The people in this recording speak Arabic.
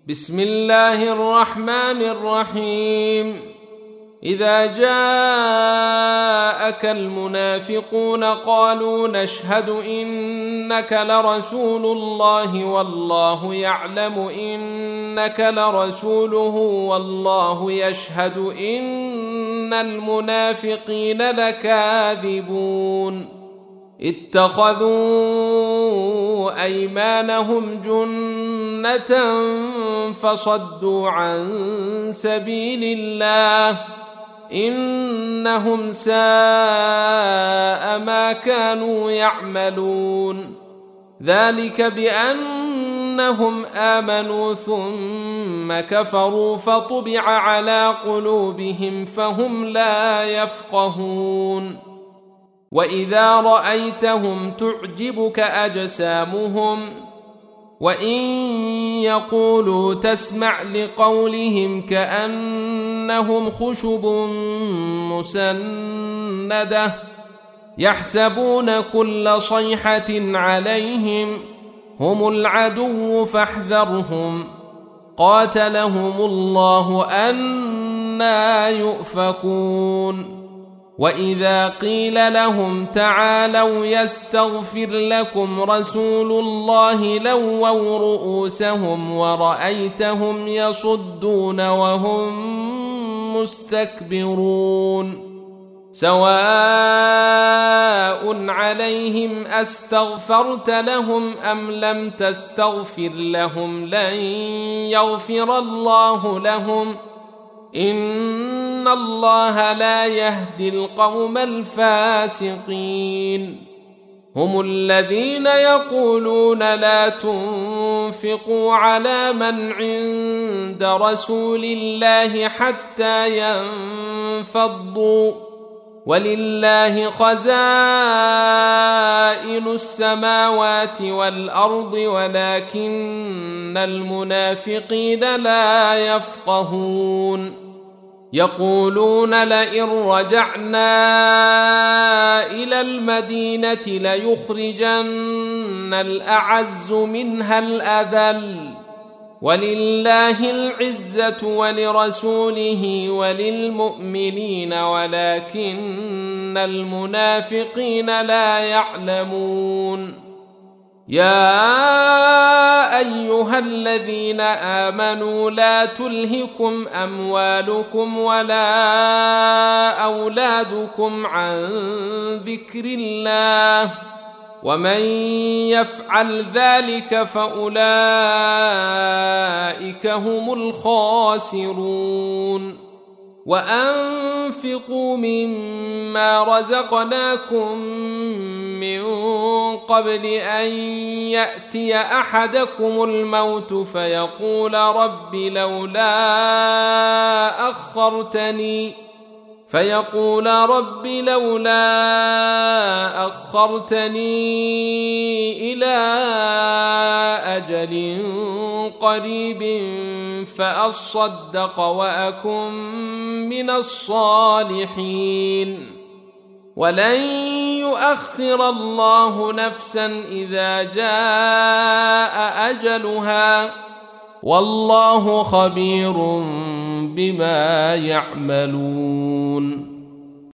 بسم الله الرحمن الرحيم. إذا جاءك المنافقون قالوا نشهد إنك لرسول الله والله يعلم إنك لرسوله والله يشهد إن المنافقين لكاذبون. اتخذوا أيمانهم جنة فصدوا عن سبيل الله إنهم ساء ما كانوا يعملون. ذلك بأنهم آمنوا ثم كفروا فطبع على قلوبهم فهم لا يفقهون. وإذا رأيتهم تعجبك أجسامهم وإن يقولوا تسمع لقولهم كأنهم خشب مسندة يحسبون كل صيحة عليهم هم العدو فاحذرهم قاتلهم الله أنى يؤفكون. وإذا قيل لهم تعالوا يستغفر لكم رسول الله لووا رؤوسهم ورأيتهم يصدون وهم مستكبرون. سواء عليهم أستغفرت لهم أم لم تستغفر لهم لن يغفر الله لهم إن الله لا يهدي القوم الفاسقين. هم الذين يقولون لا تنفقوا على من عند رسول الله حتى ينفضوا ولله خزائن السماوات والأرض ولكن المنافقين لا يفقهون. يقولون لئن رجعنا إلى المدينة ليخرجن الأعز منها الأذل ولله العزة ولرسوله وللمؤمنين ولكن المنافقين لا يعلمون. يا أيها الذين آمنوا لا تلهكم أموالكم ولا أولادكم عن ذكر الله ومن يفعل ذلك فأولئك هم الخاسرون. وأنفقوا مما رزقناكم من قبل أن يأتي أحدكم الموت فيقول رب لولا أخرتني إلى أجل قريب فأصدق وأكن من الصالحين. ولن يؤخر الله نفسا إذا جاء أجلها والله خبير بما يعملون.